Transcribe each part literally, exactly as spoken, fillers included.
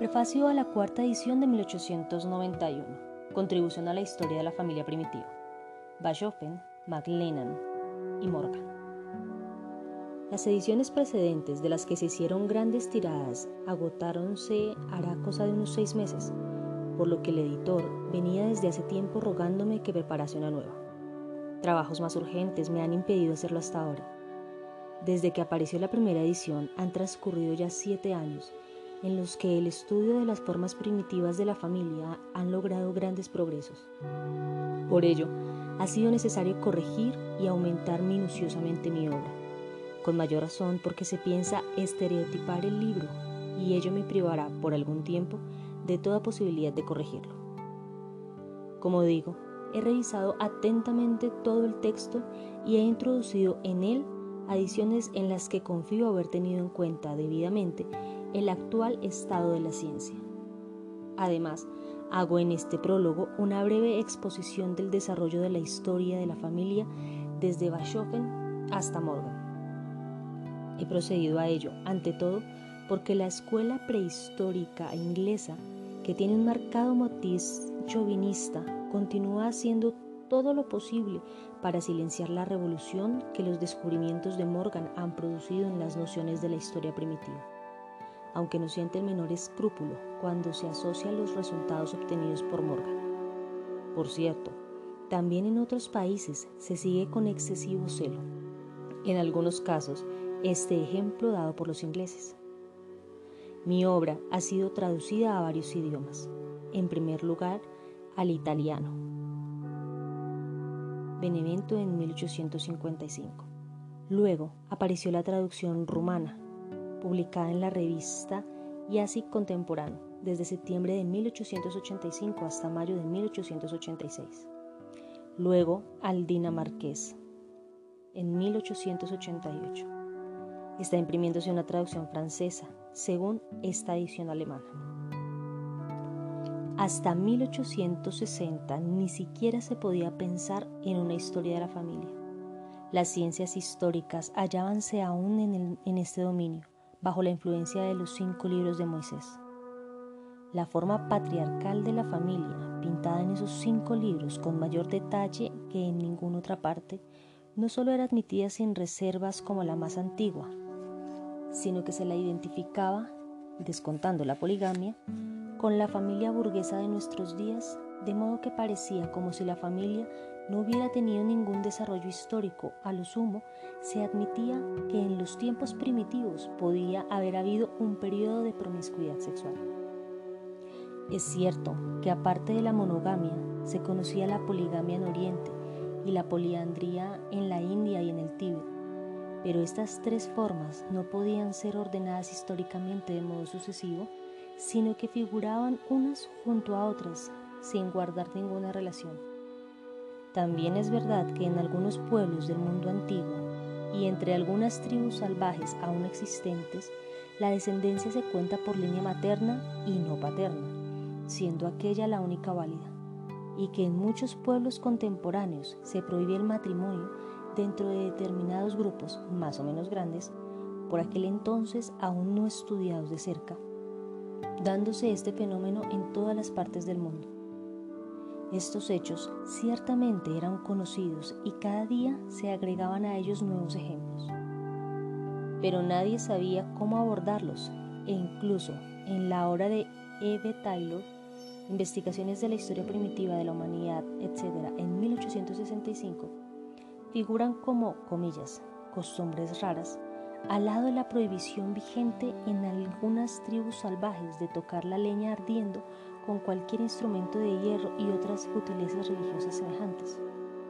Prefacio a la cuarta edición de mil ochocientos noventa y uno. Contribución a la historia de la familia primitiva. Bachhofen, McLennan y Morgan. Las ediciones precedentes, de las que se hicieron grandes tiradas, agotáronse hará cosa de unos seis meses, por lo que el editor venía desde hace tiempo rogándome que preparase una nueva. Trabajos más urgentes me han impedido hacerlo hasta ahora. Desde que apareció la primera edición han transcurrido ya siete años, en los que el estudio de las formas primitivas de la familia han logrado grandes progresos. Por ello, ha sido necesario corregir y aumentar minuciosamente mi obra, con mayor razón porque se piensa estereotipar el libro, y ello me privará por algún tiempo de toda posibilidad de corregirlo. Como digo, he revisado atentamente todo el texto y he introducido en él adiciones en las que confío haber tenido en cuenta debidamente el actual estado de la ciencia. Además, hago en este prólogo una breve exposición del desarrollo de la historia de la familia desde Bachhofen hasta Morgan. He procedido a ello, ante todo, porque la escuela prehistórica inglesa, que tiene un marcado matiz chauvinista, continúa haciendo todo lo posible para silenciar la revolución que los descubrimientos de Morgan han producido en las nociones de la historia primitiva, aunque no siente el menor escrúpulo cuando se asocia a los resultados obtenidos por Morgan. Por cierto, también en otros países se sigue con excesivo celo, en algunos casos este ejemplo dado por los ingleses. Mi obra ha sido traducida a varios idiomas, en primer lugar al italiano, Benevento en mil ochocientos cincuenta y cinco. Luego apareció la traducción rumana, publicada en la revista Iași Contemporan desde septiembre de mil ochocientos ochenta y cinco hasta mayo de mil ochocientos ochenta y seis. Luego al dinamarqués en mil ochocientos ochenta y ocho. Está imprimiéndose una traducción francesa, según esta edición alemana. Hasta mil ochocientos sesenta ni siquiera se podía pensar en una historia de la familia. Las ciencias históricas hallábanse aún en, el, en este dominio, bajo la influencia de los cinco libros de Moisés. La forma patriarcal de la familia, pintada en esos cinco libros con mayor detalle que en ninguna otra parte, no solo era admitida sin reservas como la más antigua, sino que se la identificaba, descontando la poligamia, con la familia burguesa de nuestros días, de modo que parecía como si la familia no hubiera tenido ningún desarrollo histórico. A lo sumo, se admitía que en los tiempos primitivos podía haber habido un periodo de promiscuidad sexual. Es cierto que aparte de la monogamia, se conocía la poligamia en Oriente y la poliandría en la India y en el Tíbet, pero estas tres formas no podían ser ordenadas históricamente de modo sucesivo, sino que figuraban unas junto a otras, sin guardar ninguna relación. También es verdad que en algunos pueblos del mundo antiguo y entre algunas tribus salvajes aún existentes, la descendencia se cuenta por línea materna y no paterna, siendo aquella la única válida, y que en muchos pueblos contemporáneos se prohíbe el matrimonio dentro de determinados grupos más o menos grandes, por aquel entonces aún no estudiados de cerca, dándose este fenómeno en todas las partes del mundo. Estos hechos ciertamente eran conocidos y cada día se agregaban a ellos nuevos ejemplos. Pero nadie sabía cómo abordarlos, e incluso en la obra de E B Taylor, Investigaciones de la Historia Primitiva de la Humanidad, etcétera, en mil ochocientos sesenta y cinco, figuran como, comillas, costumbres raras, al lado de la prohibición vigente en algunas tribus salvajes de tocar la leña ardiendo con cualquier instrumento de hierro y otras futilezas religiosas semejantes.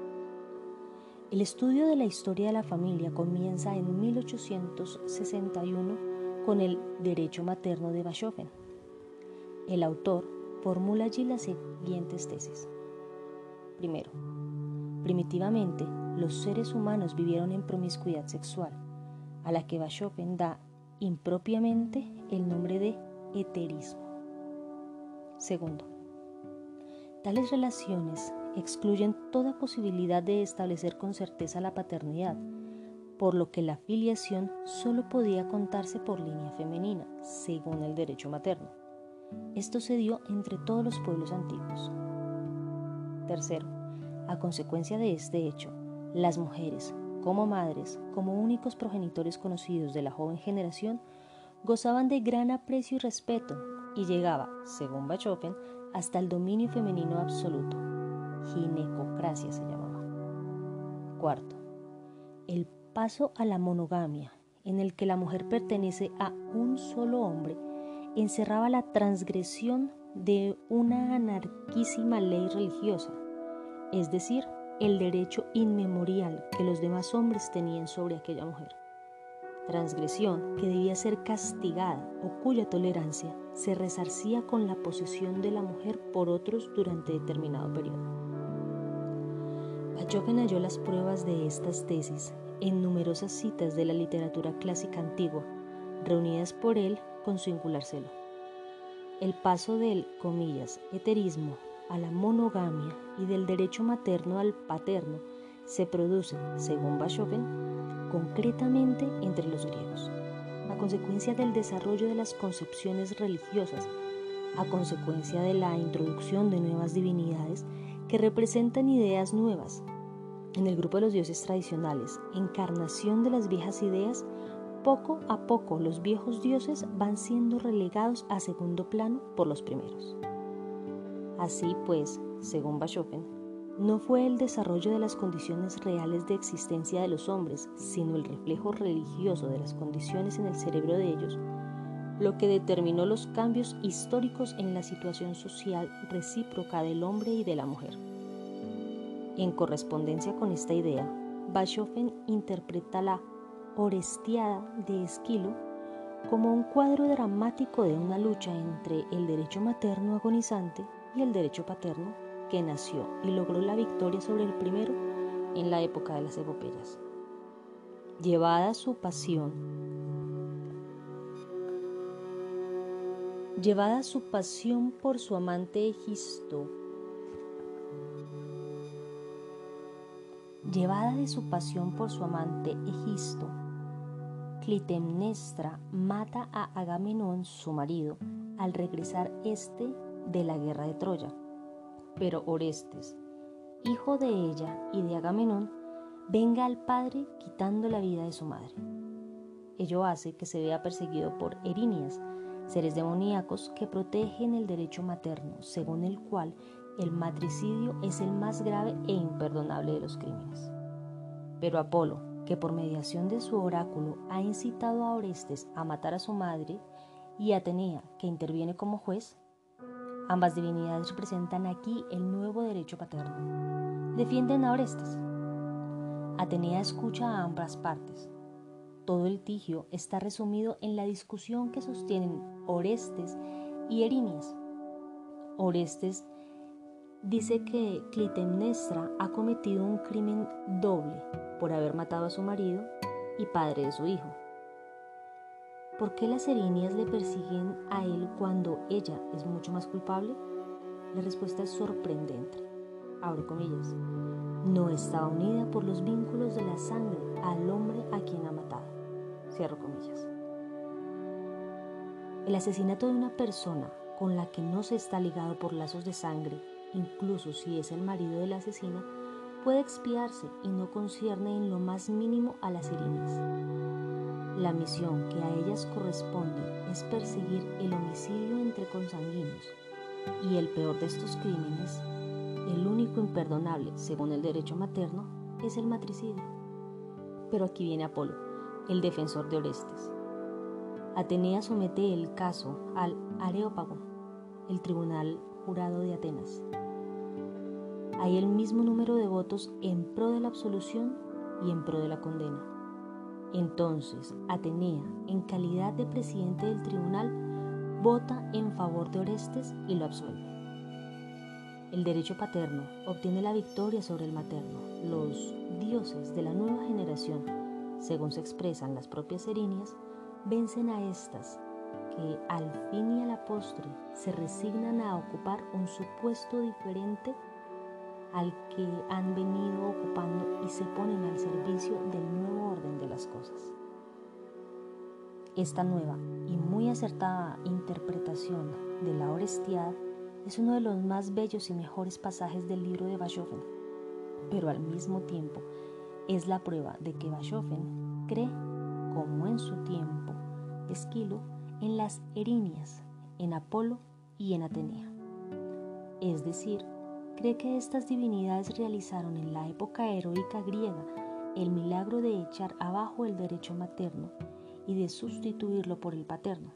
El estudio de la historia de la familia comienza en mil ochocientos sesenta y uno con el derecho materno de Bachhofen. El autor formula allí las siguientes tesis. Primero, primitivamente, los seres humanos vivieron en promiscuidad sexual, a la que Bachhofen da impropiamente el nombre de heterismo. Segundo, tales relaciones excluyen toda posibilidad de establecer con certeza la paternidad, por lo que la filiación solo podía contarse por línea femenina, según el derecho materno. Esto se dio entre todos los pueblos antiguos. Tercero, a consecuencia de este hecho, las mujeres, como madres, como únicos progenitores conocidos de la joven generación, gozaban de gran aprecio y respeto y llegaba, según Bachofen, hasta el dominio femenino absoluto. Ginecocracia se llamaba. Cuarto, el paso a la monogamia, en el que la mujer pertenece a un solo hombre, encerraba la transgresión de una anarquísima ley religiosa, es decir, el derecho inmemorial que los demás hombres tenían sobre aquella mujer. Transgresión que debía ser castigada o cuya tolerancia se resarcía con la posesión de la mujer por otros durante determinado periodo. Bachofen halló las pruebas de estas tesis en numerosas citas de la literatura clásica antigua, reunidas por él con singular celo. El paso del, comillas, heterismo a la monogamia y del derecho materno al paterno se produce, según Bachofen, concretamente entre los griegos, a consecuencia del desarrollo de las concepciones religiosas, a consecuencia de la introducción de nuevas divinidades que representan ideas nuevas. En el grupo de los dioses tradicionales, encarnación de las viejas ideas, poco a poco los viejos dioses van siendo relegados a segundo plano por los primeros. Así pues, según Bachofen, no fue el desarrollo de las condiciones reales de existencia de los hombres, sino el reflejo religioso de las condiciones en el cerebro de ellos, lo que determinó los cambios históricos en la situación social recíproca del hombre y de la mujer. En correspondencia con esta idea, Bachofen interpreta la Orestiada de Esquilo como un cuadro dramático de una lucha entre el derecho materno agonizante y el derecho paterno que nació y logró la victoria sobre el primero en la época de las epopeyas. Llevada su pasión, llevada su pasión por su amante Egisto, llevada de su pasión por su amante Egisto, Clitemnestra mata a Agamenón, su marido, al regresar este de la guerra de Troya. Pero Orestes, hijo de ella y de Agamenón, venga al padre quitando la vida de su madre. Ello hace que se vea perseguido por Erinias, seres demoníacos que protegen el derecho materno, según el cual el matricidio es el más grave e imperdonable de los crímenes. Pero Apolo, que por mediación de su oráculo ha incitado a Orestes a matar a su madre, y Atenea, que interviene como juez, ambas divinidades representan aquí el nuevo derecho paterno. Defienden a Orestes. Atenea escucha a ambas partes. Todo el litigio está resumido en la discusión que sostienen Orestes y Erinias. Orestes dice que Clitemnestra ha cometido un crimen doble por haber matado a su marido y padre de su hijo. ¿Por qué las Erinias le persiguen a él cuando ella es mucho más culpable? La respuesta es sorprendente. Abro comillas. No estaba unida por los vínculos de la sangre al hombre a quien ha matado. Cierro comillas. El asesinato de una persona con la que no se está ligado por lazos de sangre, incluso si es el marido de la asesina, puede expiarse y no concierne en lo más mínimo a las Erinias. La misión que a ellas corresponde es perseguir el homicidio entre consanguíneos, y el peor de estos crímenes, el único imperdonable según el derecho materno, es el matricidio. Pero aquí viene Apolo, el defensor de Orestes. Atenea somete el caso al Areópago, el tribunal jurado de Atenas. Hay el mismo número de votos en pro de la absolución y en pro de la condena. Entonces, Atenea, en calidad de presidente del tribunal, vota en favor de Orestes y lo absuelve. El derecho paterno obtiene la victoria sobre el materno. Los dioses de la nueva generación, según se expresan las propias Erinias, vencen a estas, que al fin y a la postre se resignan a ocupar un supuesto diferente al que han venido ocupando y se ponen al servicio del nuevo orden de las cosas. Esta nueva y muy acertada interpretación de la Orestiada es uno de los más bellos y mejores pasajes del libro de Bachofen, pero al mismo tiempo es la prueba de que Bachofen cree, como en su tiempo Esquilo, en las Erinias, en Apolo y en Atenea. Es decir, cree que estas divinidades realizaron en la época heroica griega el milagro de echar abajo el derecho materno y de sustituirlo por el paterno.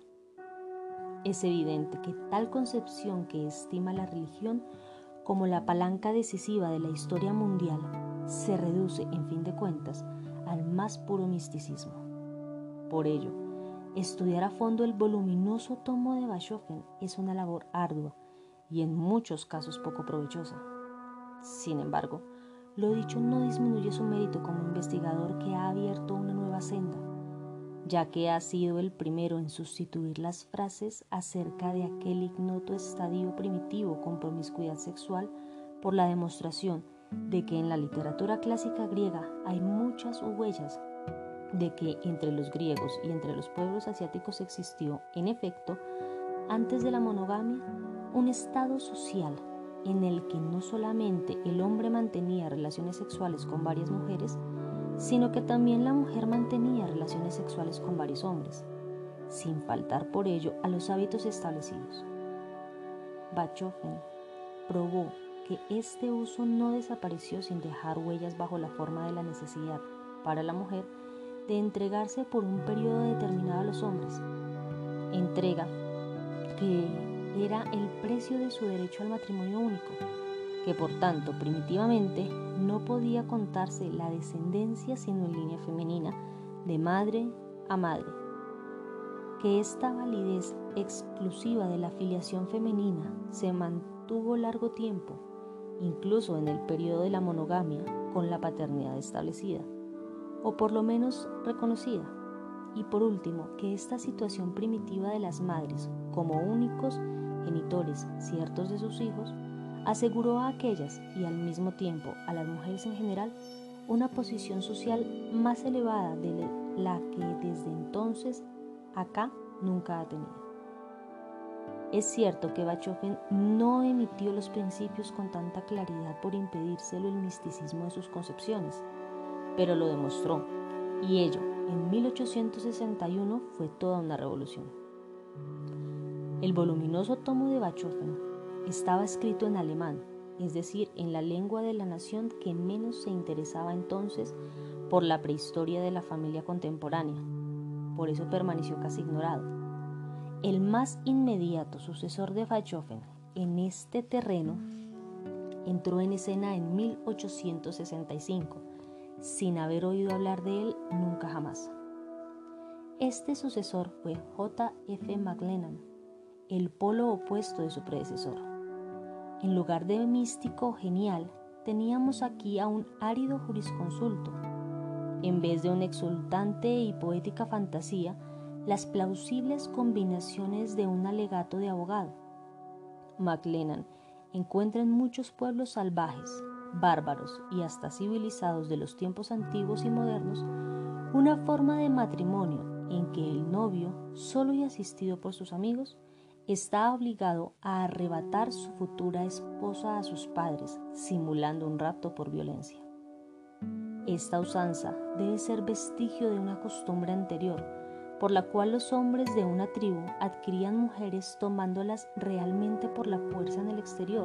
Es evidente que tal concepción, que estima la religión como la palanca decisiva de la historia mundial, se reduce, en fin de cuentas, al más puro misticismo. Por ello, estudiar a fondo el voluminoso tomo de Bachofen es una labor ardua y en muchos casos poco provechosa. Sin embargo, lo dicho no disminuye su mérito como investigador que ha abierto una nueva senda, ya que ha sido el primero en sustituir las frases acerca de aquel ignoto estadio primitivo con promiscuidad sexual por la demostración de que en la literatura clásica griega hay muchas huellas de que entre los griegos y entre los pueblos asiáticos existió, en efecto, antes de la monogamia, un estado social en el que no solamente el hombre mantenía relaciones sexuales con varias mujeres, sino que también la mujer mantenía relaciones sexuales con varios hombres, sin faltar por ello a los hábitos establecidos. Bachofen probó que este uso no desapareció sin dejar huellas bajo la forma de la necesidad para la mujer de entregarse por un periodo determinado a los hombres, entrega que era el precio de su derecho al matrimonio único, que por tanto primitivamente no podía contarse la descendencia sino en línea femenina, de madre a madre, que esta validez exclusiva de la filiación femenina se mantuvo largo tiempo, incluso en el periodo de la monogamia, con la paternidad establecida, o por lo menos reconocida, y por último, que esta situación primitiva de las madres, como únicos genitores ciertos de sus hijos, aseguró a aquellas y al mismo tiempo a las mujeres en general una posición social más elevada de la que desde entonces acá nunca ha tenido. Es cierto que Bachofen no emitió los principios con tanta claridad por impedírselo el misticismo de sus concepciones, pero lo demostró, y ello en mil ochocientos sesenta y uno fue toda una revolución. El voluminoso tomo de Bachofen estaba escrito en alemán, es decir, en la lengua de la nación que menos se interesaba entonces por la prehistoria de la familia contemporánea. Por eso permaneció casi ignorado. El más inmediato sucesor de Bachofen en este terreno entró en escena en mil ochocientos sesenta y cinco, sin haber oído hablar de él nunca jamás. Este sucesor fue J F McLennan, el polo opuesto de su predecesor. En lugar de místico genial, teníamos aquí a un árido jurisconsulto. En vez de una exultante y poética fantasía, las plausibles combinaciones de un alegato de abogado. McLennan encuentra en muchos pueblos salvajes, bárbaros y hasta civilizados de los tiempos antiguos y modernos una forma de matrimonio en que el novio, solo y asistido por sus amigos, está obligado a arrebatar su futura esposa a sus padres, simulando un rapto por violencia. Esta usanza debe ser vestigio de una costumbre anterior, por la cual los hombres de una tribu adquirían mujeres tomándolas realmente por la fuerza en el exterior.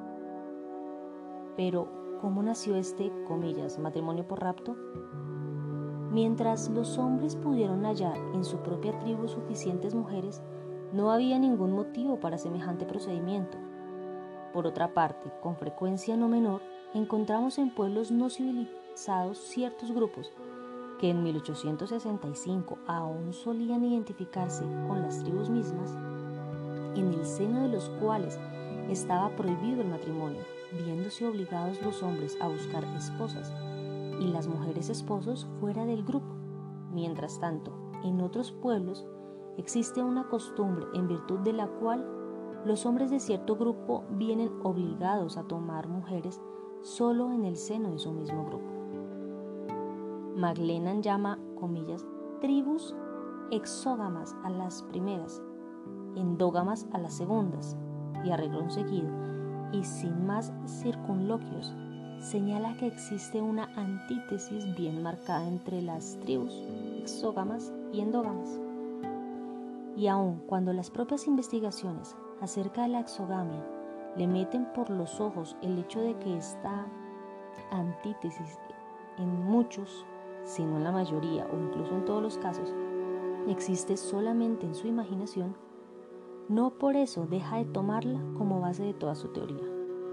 Pero, ¿cómo nació este, comillas, matrimonio por rapto? Mientras los hombres pudieron hallar en su propia tribu suficientes mujeres, no había ningún motivo para semejante procedimiento. Por otra parte, con frecuencia no menor, encontramos en pueblos no civilizados ciertos grupos que en mil ochocientos sesenta y cinco aún solían identificarse con las tribus mismas, en el seno de los cuales estaba prohibido el matrimonio, viéndose obligados los hombres a buscar esposas y las mujeres esposos fuera del grupo. Mientras tanto, en otros pueblos existe una costumbre en virtud de la cual los hombres de cierto grupo vienen obligados a tomar mujeres solo en el seno de su mismo grupo. McLennan llama, comillas, tribus exógamas a las primeras, endógamas a las segundas, y a renglón seguido, y sin más circunloquios, señala que existe una antítesis bien marcada entre las tribus exógamas y endógamas. Y aun cuando las propias investigaciones acerca de la exogamia le meten por los ojos el hecho de que esta antítesis en muchos, si no en la mayoría o incluso en todos los casos, existe solamente en su imaginación, no por eso deja de tomarla como base de toda su teoría.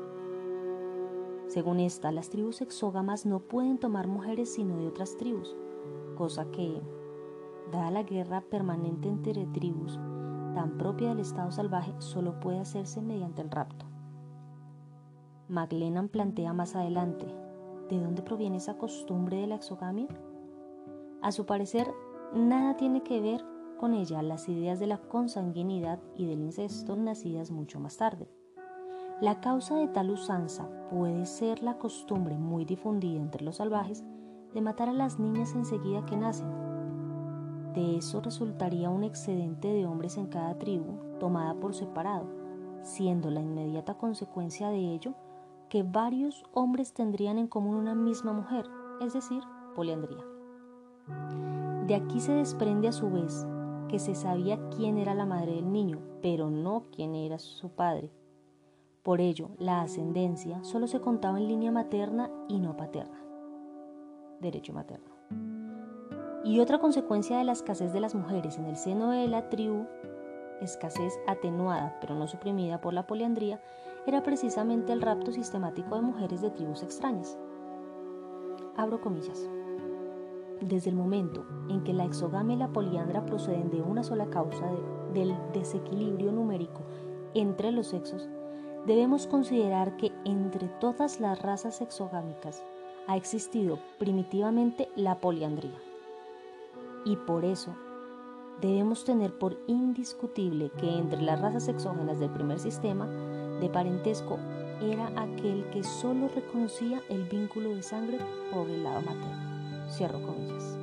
Según esta, las tribus exógamas no pueden tomar mujeres sino de otras tribus, cosa que, dada la guerra permanente entre tribus, tan propia del estado salvaje, solo puede hacerse mediante el rapto. McLennan plantea más adelante, ¿de dónde proviene esa costumbre de la exogamia? A su parecer, nada tiene que ver con ella las ideas de la consanguinidad y del incesto nacidas mucho más tarde. La causa de tal usanza puede ser la costumbre muy difundida entre los salvajes de matar a las niñas enseguida que nacen. De eso resultaría un excedente de hombres en cada tribu tomada por separado, siendo la inmediata consecuencia de ello que varios hombres tendrían en común una misma mujer, es decir, poliandría. De aquí se desprende a su vez que se sabía quién era la madre del niño, pero no quién era su padre. Por ello, la ascendencia solo se contaba en línea materna y no paterna. Derecho materno. Y otra consecuencia de la escasez de las mujeres en el seno de la tribu, escasez atenuada pero no suprimida por la poliandría, era precisamente el rapto sistemático de mujeres de tribus extrañas. Abro comillas. Desde el momento en que la exogamia y la poliandra proceden de una sola causa de, del desequilibrio numérico entre los sexos, debemos considerar que entre todas las razas exogámicas ha existido primitivamente la poliandría. Y por eso debemos tener por indiscutible que entre las razas exógenas del primer sistema de parentesco era aquel que solo reconocía el vínculo de sangre por el lado materno. Cierro comillas.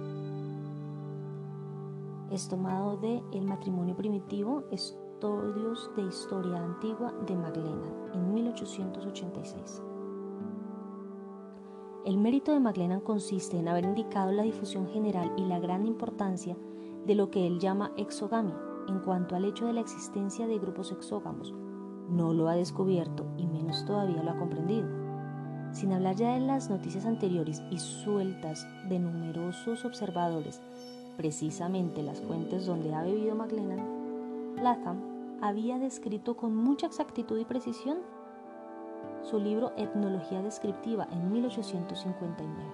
Es tomado de El matrimonio primitivo, Estudios de Historia Antigua de McLennan, en mil ochocientos ochenta y seis. El mérito de McLennan consiste en haber indicado la difusión general y la gran importancia de lo que él llama exogamia en cuanto al hecho de la existencia de grupos exógamos. No lo ha descubierto y menos todavía lo ha comprendido. Sin hablar ya de las noticias anteriores y sueltas de numerosos observadores, precisamente las fuentes donde ha bebido McLennan, Latham había descrito con mucha exactitud y precisión su libro Etnología Descriptiva en mil ochocientos cincuenta y nueve.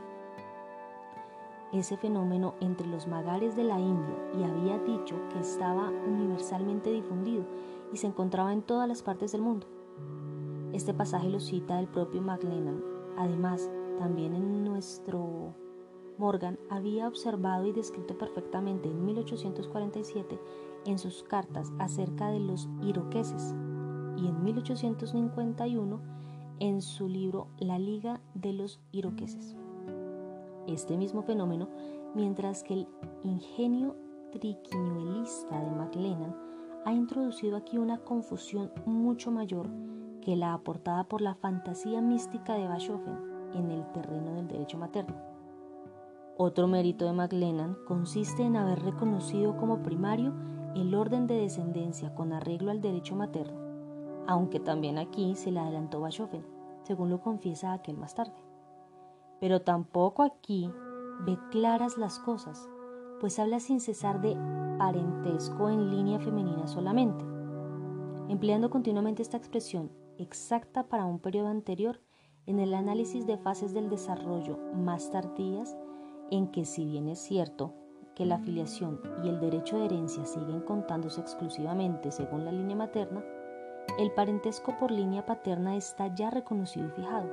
Ese fenómeno entre los magares de la India, y había dicho que estaba universalmente difundido y se encontraba en todas las partes del mundo. Este pasaje lo cita el propio McLennan. Además, también en nuestro Morgan había observado y descrito perfectamente en mil ochocientos cuarenta y siete en sus cartas acerca de los iroqueses y en mil ochocientos cincuenta y uno en su libro La Liga de los Iroqueses. Este mismo fenómeno, mientras que el ingenio triquiñuelista de McLennan ha introducido aquí una confusión mucho mayor que la aportada por la fantasía mística de Bachofen en el terreno del derecho materno. Otro mérito de McLennan consiste en haber reconocido como primario el orden de descendencia con arreglo al derecho materno, aunque también aquí se le adelantó Bachofen, según lo confiesa aquel más tarde. Pero tampoco aquí ve claras las cosas, pues habla sin cesar de parentesco en línea femenina solamente, empleando continuamente esta expresión exacta para un periodo anterior en el análisis de fases del desarrollo más tardías, en que, si bien es cierto que la filiación y el derecho de herencia siguen contándose exclusivamente según la línea materna, el parentesco por línea paterna está ya reconocido y fijado.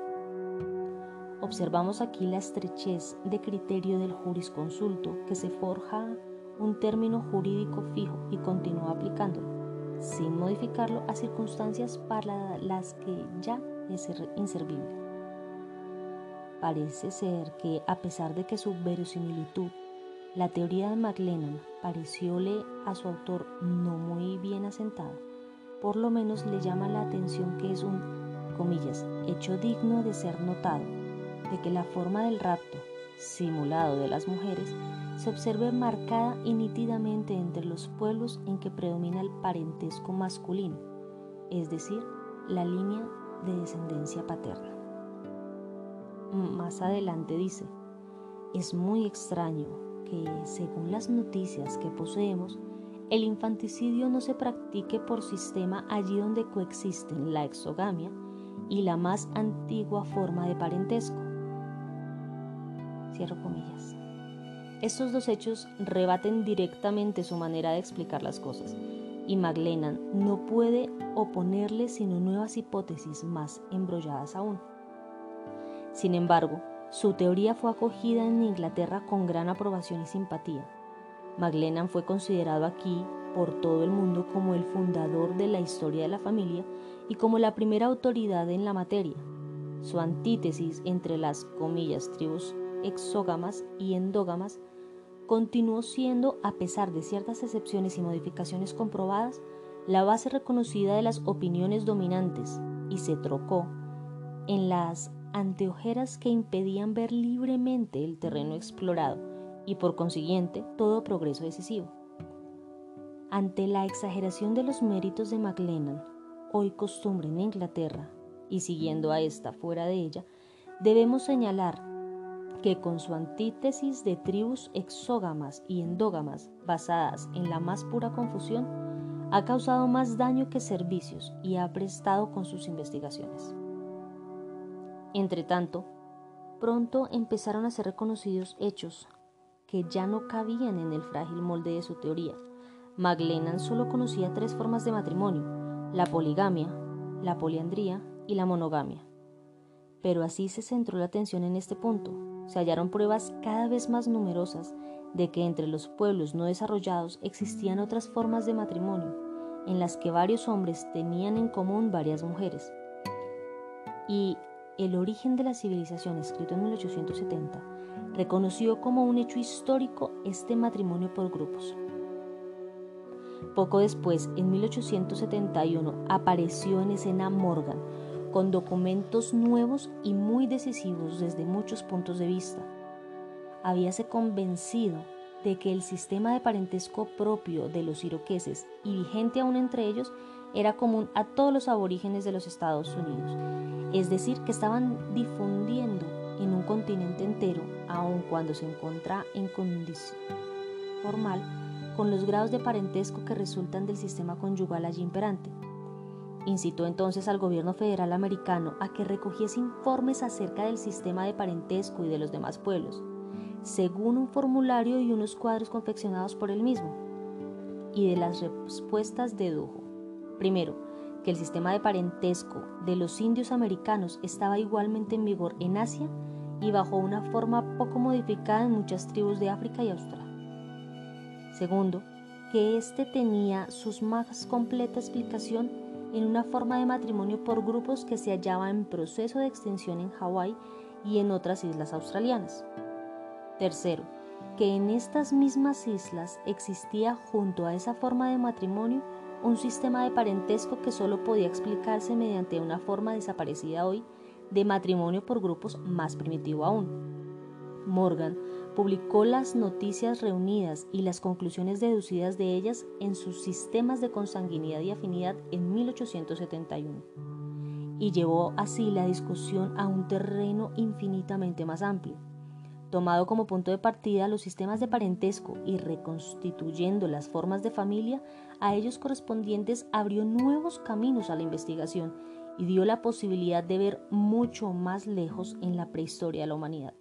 Observamos aquí la estrechez de criterio del jurisconsulto, que se forja un término jurídico fijo y continúa aplicándolo, sin modificarlo a circunstancias para las que ya es inservible. Parece ser que, a pesar de que su verosimilitud la teoría de McLennan parecióle a su autor no muy bien asentada, por lo menos le llama la atención que es un, comillas, hecho digno de ser notado, de que la forma del rapto, simulado de las mujeres, se observe marcada y nítidamente entre los pueblos en que predomina el parentesco masculino, es decir, la línea de descendencia paterna. Más adelante dice, es muy extraño que, según las noticias que poseemos, el infanticidio no se practique por sistema allí donde coexisten la exogamia y la más antigua forma de parentesco. Cierro comillas. Estos dos hechos rebaten directamente su manera de explicar las cosas, y McLennan no puede oponerle sino nuevas hipótesis más embrolladas aún. Sin embargo, su teoría fue acogida en Inglaterra con gran aprobación y simpatía. McLennan fue considerado aquí por todo el mundo como el fundador de la historia de la familia y como la primera autoridad en la materia. Su antítesis entre las, comillas, tribus exógamas y endógamas continuó siendo, a pesar de ciertas excepciones y modificaciones comprobadas, la base reconocida de las opiniones dominantes y se trocó en las anteojeras que impedían ver libremente el terreno explorado y, por consiguiente, todo progreso decisivo. Ante la exageración de los méritos de McLennan, hoy costumbre en Inglaterra, y siguiendo a esta fuera de ella, debemos señalar que con su antítesis de tribus exógamas y endógamas basadas en la más pura confusión, ha causado más daño que servicios y ha prestado con sus investigaciones. Entretanto, pronto empezaron a ser reconocidos hechos que ya no cabían en el frágil molde de su teoría. McLennan solo conocía tres formas de matrimonio: la poligamia, la poliandría y la monogamia. Pero así se centró la atención en este punto. Se hallaron pruebas cada vez más numerosas de que entre los pueblos no desarrollados existían otras formas de matrimonio, en las que varios hombres tenían en común varias mujeres. Y El origen de la civilización, escrito en mil ochocientos setenta, reconoció como un hecho histórico este matrimonio por grupos. Poco después, en mil ochocientos setenta y uno, apareció en escena Morgan, con documentos nuevos y muy decisivos desde muchos puntos de vista. Habíase convencido de que el sistema de parentesco propio de los iroqueses y vigente aún entre ellos era común a todos los aborígenes de los Estados Unidos, es decir, que estaban difundiendo en un continente entero, aun cuando se encuentra en condición formal, con los grados de parentesco que resultan del sistema conyugal allí imperante. Incitó entonces al gobierno federal americano a que recogiese informes acerca del sistema de parentesco y de los demás pueblos, según un formulario y unos cuadros confeccionados por él mismo. Y de las respuestas dedujo, primero, que el sistema de parentesco de los indios americanos estaba igualmente en vigor en Asia y bajo una forma poco modificada en muchas tribus de África y Australia. Segundo, que éste tenía su más completa explicación en una forma de matrimonio por grupos que se hallaba en proceso de extinción en Hawái y en otras islas australianas. Tercero, que en estas mismas islas existía junto a esa forma de matrimonio un sistema de parentesco que solo podía explicarse mediante una forma desaparecida hoy de matrimonio por grupos más primitivo aún. Morgan publicó las noticias reunidas y las conclusiones deducidas de ellas en sus sistemas de consanguinidad y afinidad en mil ochocientos setenta y uno, y llevó así la discusión a un terreno infinitamente más amplio. Tomado como punto de partida los sistemas de parentesco y reconstituyendo las formas de familia a ellos correspondientes, abrió nuevos caminos a la investigación y dio la posibilidad de ver mucho más lejos en la prehistoria de la humanidad.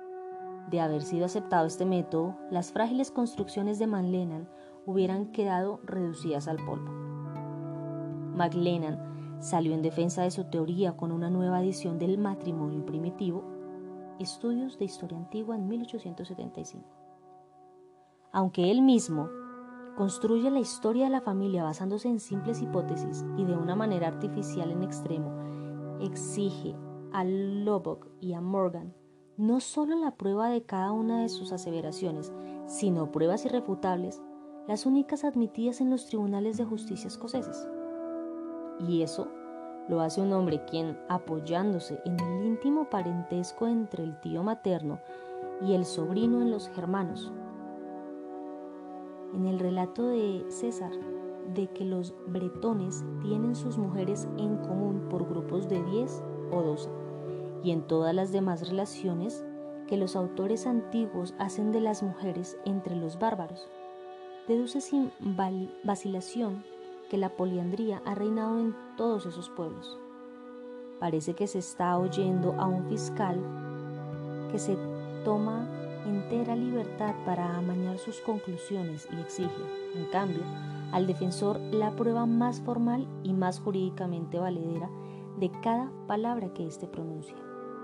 De haber sido aceptado este método, las frágiles construcciones de McLennan hubieran quedado reducidas al polvo. McLennan salió en defensa de su teoría con una nueva edición del matrimonio primitivo, Estudios de Historia Antigua, en mil ochocientos setenta y cinco. Aunque él mismo construye la historia de la familia basándose en simples hipótesis y de una manera artificial en extremo, exige a Lubbock y a Morgan no solo la prueba de cada una de sus aseveraciones, sino pruebas irrefutables, las únicas admitidas en los tribunales de justicia escoceses. Y eso lo hace un hombre quien, apoyándose en el íntimo parentesco entre el tío materno y el sobrino en los germanos, en el relato de César, de que los bretones tienen sus mujeres en común por grupos de diez o doce, y en todas las demás relaciones que los autores antiguos hacen de las mujeres entre los bárbaros, deduce sin vacilación que la poliandría ha reinado en todos esos pueblos. Parece que se está oyendo a un fiscal que se toma entera libertad para amañar sus conclusiones y exige, en cambio, al defensor la prueba más formal y más jurídicamente valedera de cada palabra que éste pronuncia.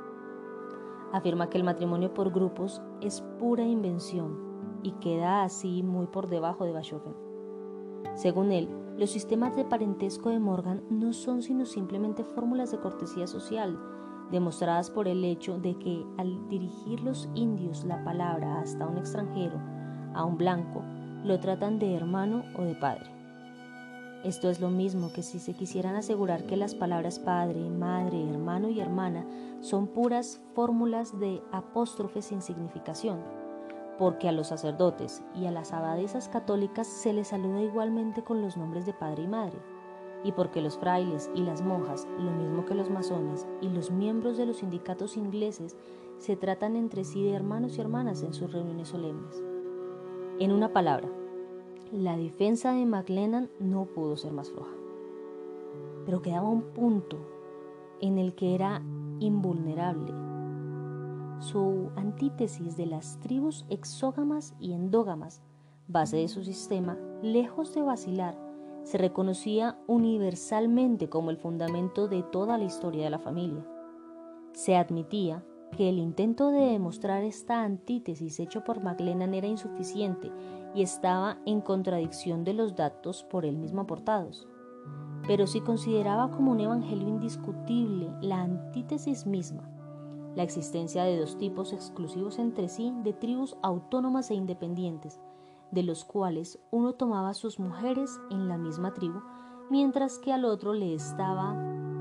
Afirma que el matrimonio por grupos es pura invención y queda así muy por debajo de Bachofen. Según él, los sistemas de parentesco de Morgan no son sino simplemente fórmulas de cortesía social, demostradas por el hecho de que al dirigir los indios la palabra hasta un extranjero, a un blanco, lo tratan de hermano o de padre. Esto es lo mismo que si se quisieran asegurar que las palabras padre, madre, hermano y hermana son puras fórmulas de apóstrofes sin significación, porque a los sacerdotes y a las abadesas católicas se les saluda igualmente con los nombres de padre y madre, y porque los frailes y las monjas, lo mismo que los masones y los miembros de los sindicatos ingleses, se tratan entre sí de hermanos y hermanas en sus reuniones solemnes. En una palabra, la defensa de MacLennan no pudo ser más floja. Pero quedaba un punto en el que era invulnerable. Su antítesis de las tribus exógamas y endógamas, base de su sistema, lejos de vacilar, se reconocía universalmente como el fundamento de toda la historia de la familia. Se admitía que el intento de demostrar esta antítesis hecho por MacLennan era insuficiente y estaba en contradicción de los datos por él mismo aportados. Pero si consideraba como un evangelio indiscutible la antítesis misma, la existencia de dos tipos exclusivos entre sí de tribus autónomas e independientes, de los cuales uno tomaba sus mujeres en la misma tribu, mientras que al otro le estaba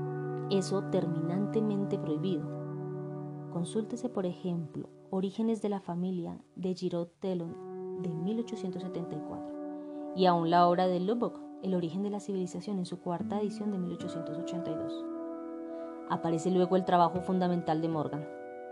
eso terminantemente prohibido. Consúltese, por ejemplo, Orígenes de la familia de Giraud-Tellon de mil ochocientos setenta y cuatro y aún la obra de Lubbock, El origen de la civilización, en su cuarta edición de mil ochocientos ochenta y dos. Aparece luego el trabajo fundamental de Morgan,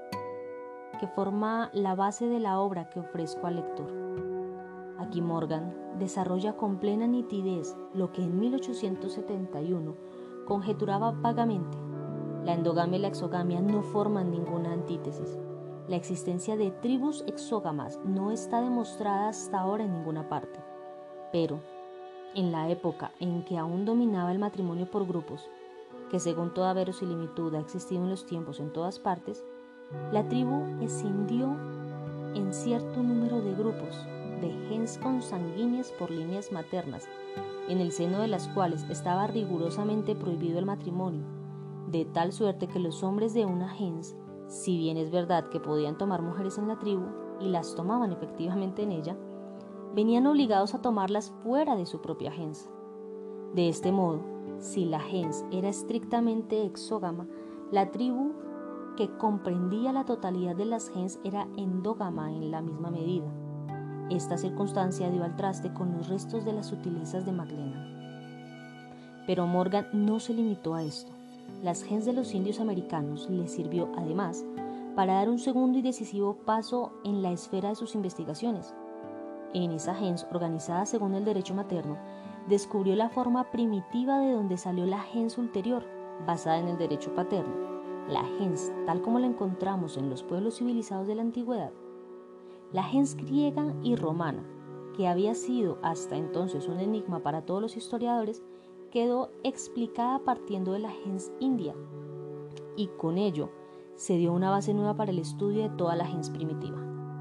que forma la base de la obra que ofrezco al lector. Aquí Morgan desarrolla con plena nitidez lo que en mil ochocientos setenta y uno conjeturaba vagamente. La endogamia y la exogamia no forman ninguna antítesis. La existencia de tribus exógamas no está demostrada hasta ahora en ninguna parte. Pero, en la época en que aún dominaba el matrimonio por grupos, que según toda verosimilitud ha existido en los tiempos en todas partes, la tribu escindió en cierto número de grupos, de gens consanguíneas por líneas maternas, en el seno de las cuales estaba rigurosamente prohibido el matrimonio, de tal suerte que los hombres de una gens, si bien es verdad que podían tomar mujeres en la tribu, y las tomaban efectivamente en ella, venían obligados a tomarlas fuera de su propia gens. De este modo, si la gens era estrictamente exógama, la tribu que comprendía la totalidad de las gens era endógama en la misma medida. Esta circunstancia dio al traste con los restos de las sutilezas de MacLennan. Pero Morgan no se limitó a esto. Las gens de los indios americanos le sirvió, además, para dar un segundo y decisivo paso en la esfera de sus investigaciones. En esa gens, organizada según el derecho materno, descubrió la forma primitiva de donde salió la gens ulterior, basada en el derecho paterno, la gens tal como la encontramos en los pueblos civilizados de la antigüedad. La gens griega y romana, que había sido hasta entonces un enigma para todos los historiadores, quedó explicada partiendo de la gens india, y con ello se dio una base nueva para el estudio de toda la gens primitiva.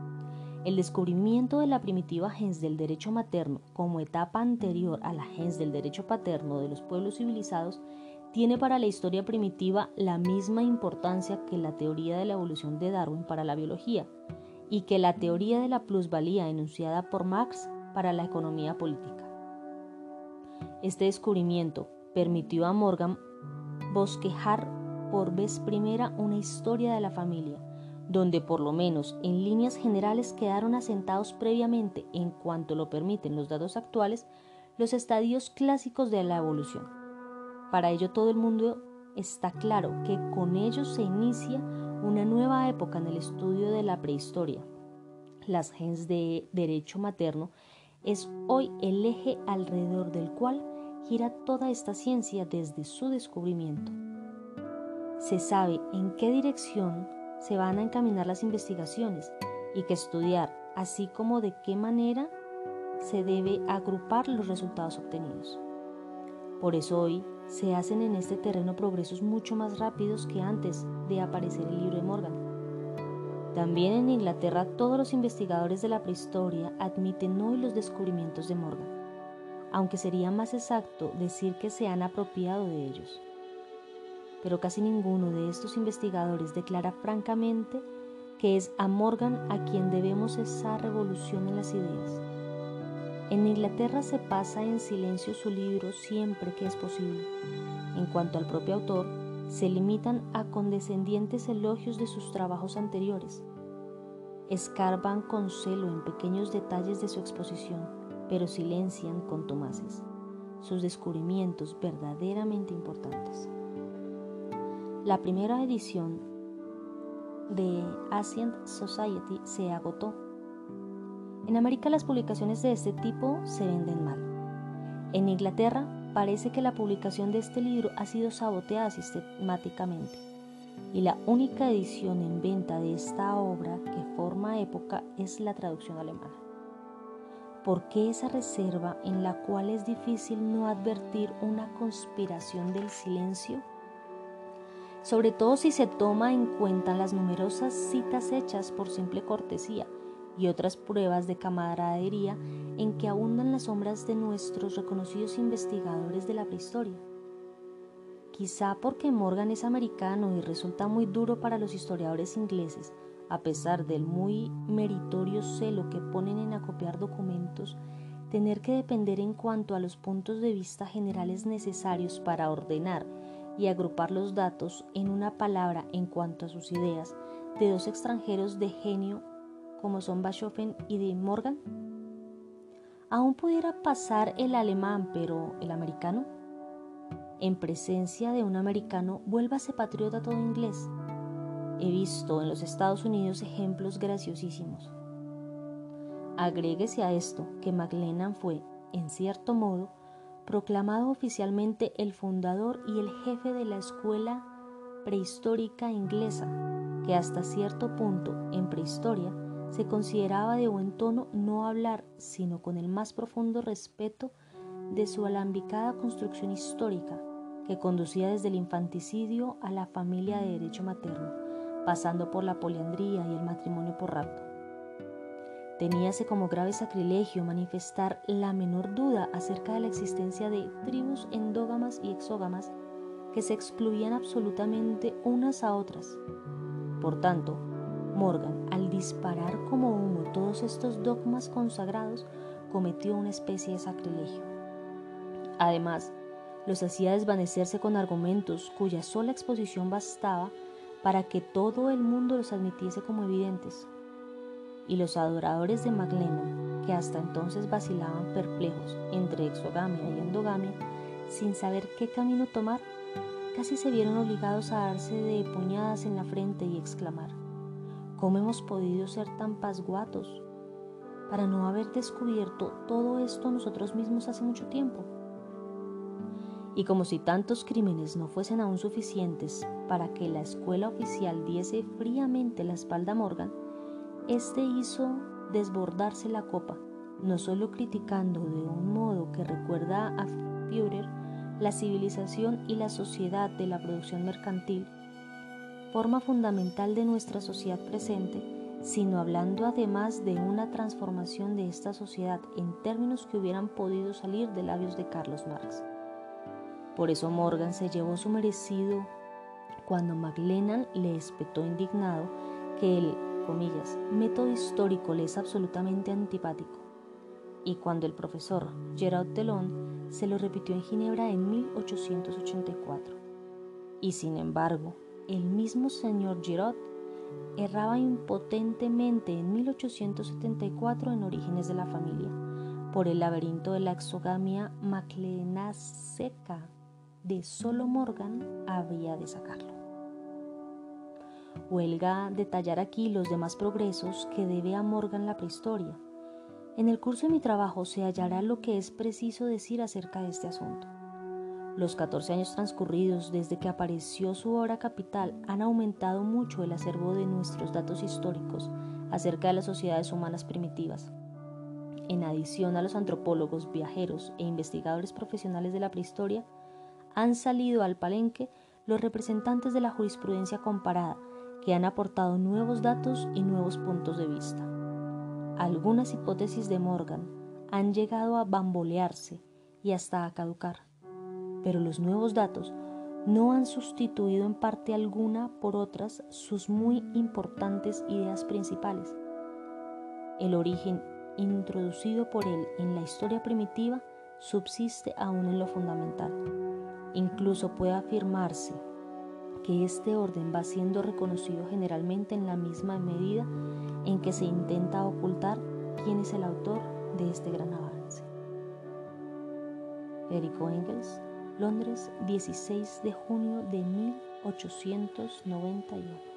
El descubrimiento de la primitiva gens del derecho materno como etapa anterior a la gens del derecho paterno de los pueblos civilizados tiene para la historia primitiva la misma importancia que la teoría de la evolución de Darwin para la biología y que la teoría de la plusvalía enunciada por Marx para la economía política. Este descubrimiento permitió a Morgan bosquejar por vez primera una historia de la familia, donde por lo menos en líneas generales quedaron asentados previamente, en cuanto lo permiten los datos actuales, los estadios clásicos de la evolución. Para ello todo el mundo está claro que con ellos se inicia una nueva época en el estudio de la prehistoria. Las genes de derecho materno es hoy el eje alrededor del cual gira toda esta ciencia desde su descubrimiento. Se sabe en qué dirección se van a encaminar las investigaciones y qué estudiar, así como de qué manera se debe agrupar los resultados obtenidos. Por eso hoy se hacen en este terreno progresos mucho más rápidos que antes de aparecer el libro de Morgan. También en Inglaterra todos los investigadores de la prehistoria admiten hoy los descubrimientos de Morgan, aunque sería más exacto decir que se han apropiado de ellos. Pero casi ninguno de estos investigadores declara francamente que es a Morgan a quien debemos esa revolución en las ideas. En Inglaterra se pasa en silencio su libro siempre que es posible. En cuanto al propio autor, se limitan a condescendientes elogios de sus trabajos anteriores. Escarban con celo en pequeños detalles de su exposición, pero silencian contumaces sus descubrimientos verdaderamente importantes. La primera edición de Ancient Society se agotó. En América las publicaciones de este tipo se venden mal. En Inglaterra parece que la publicación de este libro ha sido saboteada sistemáticamente y la única edición en venta de esta obra que forma época es la traducción alemana. ¿Por qué esa reserva en la cual es difícil no advertir una conspiración del silencio? Sobre todo si se toma en cuenta las numerosas citas hechas por simple cortesía y otras pruebas de camaradería en que abundan las sombras de nuestros reconocidos investigadores de la prehistoria. Quizá porque Morgan es americano y resulta muy duro para los historiadores ingleses, a pesar del muy meritorio celo que ponen en acopiar documentos, tener que depender en cuanto a los puntos de vista generales necesarios para ordenar y agrupar los datos en una palabra en cuanto a sus ideas de dos extranjeros de genio como son Bachofen y de Morgan. Aún pudiera pasar el alemán, pero ¿el americano? En presencia de un americano, vuélvase patriota todo inglés. He visto en los Estados Unidos ejemplos graciosísimos. Agréguese a esto que McLennan fue, en cierto modo, proclamado oficialmente el fundador y el jefe de la escuela prehistórica inglesa, que hasta cierto punto, en prehistoria, se consideraba de buen tono no hablar sino con el más profundo respeto de su alambicada construcción histórica, que conducía desde el infanticidio a la familia de derecho materno, pasando por la poliandría y el matrimonio por rapto. Teníase como grave sacrilegio manifestar la menor duda acerca de la existencia de tribus endógamas y exógamas que se excluían absolutamente unas a otras. Por tanto, Morgan, al disparar como humo todos estos dogmas consagrados, cometió una especie de sacrilegio. Además, los hacía desvanecerse con argumentos cuya sola exposición bastaba para que todo el mundo los admitiese como evidentes. Y los adoradores de McLennan, que hasta entonces vacilaban perplejos entre exogamia y endogamia, sin saber qué camino tomar, casi se vieron obligados a darse de puñadas en la frente y exclamar: ¿cómo hemos podido ser tan pasguatos para no haber descubierto todo esto nosotros mismos hace mucho tiempo? Y como si tantos crímenes no fuesen aún suficientes para que la escuela oficial diese fríamente la espalda a Morgan, este hizo desbordarse la copa, no solo criticando de un modo que recuerda a Führer la civilización y la sociedad de la producción mercantil, forma fundamental de nuestra sociedad presente, sino hablando además de una transformación de esta sociedad en términos que hubieran podido salir de labios de Carlos Marx. Por eso Morgan se llevó su merecido cuando McLennan le espetó indignado que el, comillas, método histórico le es absolutamente antipático, y cuando el profesor Gerard Delon se lo repitió en Ginebra en mil ochocientos ochenta y cuatro. Y sin embargo, el mismo señor Giraud erraba impotentemente en mil ochocientos setenta y cuatro en Orígenes de la Familia, por el laberinto de la exogamia maclenaseca. De solo Morgan había de sacarlo. Huelga detallar aquí los demás progresos que debe a Morgan la prehistoria. En el curso de mi trabajo se hallará lo que es preciso decir acerca de este asunto. Los catorce años transcurridos desde que apareció su obra capital han aumentado mucho el acervo de nuestros datos históricos acerca de las sociedades humanas primitivas. En adición a los antropólogos, viajeros e investigadores profesionales de la prehistoria, han salido al palenque los representantes de la jurisprudencia comparada, que han aportado nuevos datos y nuevos puntos de vista. Algunas hipótesis de Morgan han llegado a bambolearse y hasta a caducar, pero los nuevos datos no han sustituido en parte alguna por otras sus muy importantes ideas principales. El origen introducido por él en la historia primitiva subsiste aún en lo fundamental. Incluso puede afirmarse que este orden va siendo reconocido generalmente en la misma medida en que se intenta ocultar quién es el autor de este gran avance. Federico Engels, Londres, dieciséis de junio de mil ochocientos noventa y uno.